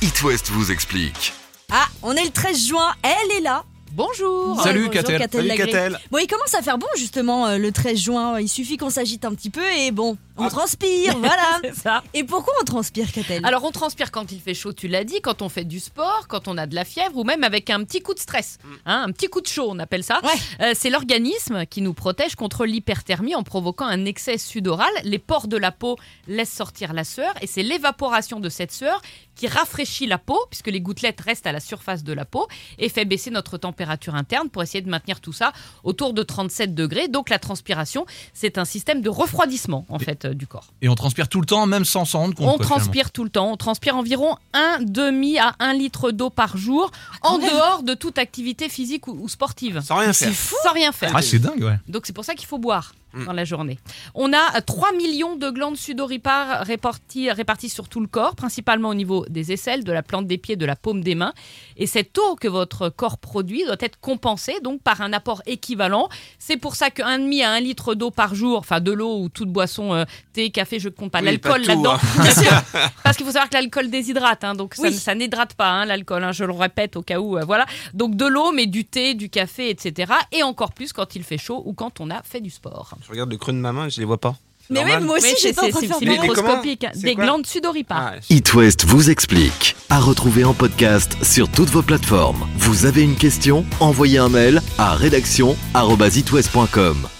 It West vous explique. Ah, on est le 13 juin, elle est là. Bonjour. Salut, Bonjour, Catel. Catel Salut, Lagré. Catel. Bon, il commence à faire bon justement le 13 juin. Il suffit qu'on s'agite un petit peu et bon, on transpire, voilà. C'est ça. Et pourquoi on transpire, Catel? Alors on transpire quand il fait chaud, tu l'as dit, quand on fait du sport, quand on a de la fièvre ou même avec un petit coup de stress, un petit coup de chaud on appelle ça. Ouais. C'est l'organisme qui nous protège contre l'hyperthermie en provoquant un excès sudoral. Les pores de la peau laissent sortir la sueur et c'est l'évaporation de cette sueur qui rafraîchit la peau puisque les gouttelettes restent à la surface de la peau et fait baisser notre température interne pour essayer de maintenir tout ça autour de 37 degrés. Donc la transpiration, c'est un système de refroidissement en fait du corps. Et on transpire tout le temps, même sans s'en rendre compte. On quoi, transpire tout le temps. On transpire environ 1,5 à 1 litre d'eau par jour en dehors de toute activité physique ou sportive. Sans rien faire. Sans rien faire. finalement. Ah, c'est dingue, ouais. Donc c'est pour ça qu'il faut boire dans la journée. On a 3 millions de glandes sudoripares réparties sur tout le corps, principalement au niveau des aisselles, de la plante des pieds, de la paume des mains. Et cette eau que votre corps produit doit être compensée donc par un apport équivalent. C'est pour ça qu'1,5 à 1 litre d'eau par jour, enfin de l'eau ou toute boisson, thé, café, je ne compte pas, Oui, l'alcool pas tout, là-dedans. hein. Bien sûr. Parce qu'il faut savoir que l'alcool déshydrate, donc Oui. ça n'hydrate pas l'alcool, je le répète au cas où. Voilà. Donc de l'eau, mais du thé, du café, etc. Et encore plus quand il fait chaud ou quand on a fait du sport. Je regarde le creux de ma main et je les vois pas. C'est Mais oui, normal. moi aussi Oui, j'étais en train de faire c'est Mais pareil. microscopique. comment C'est Des quoi glandes sudoripares. Ah, It West vous explique. À retrouver en podcast sur toutes vos plateformes. Vous avez une question? Envoyez un mail à rédaction@itwest.com.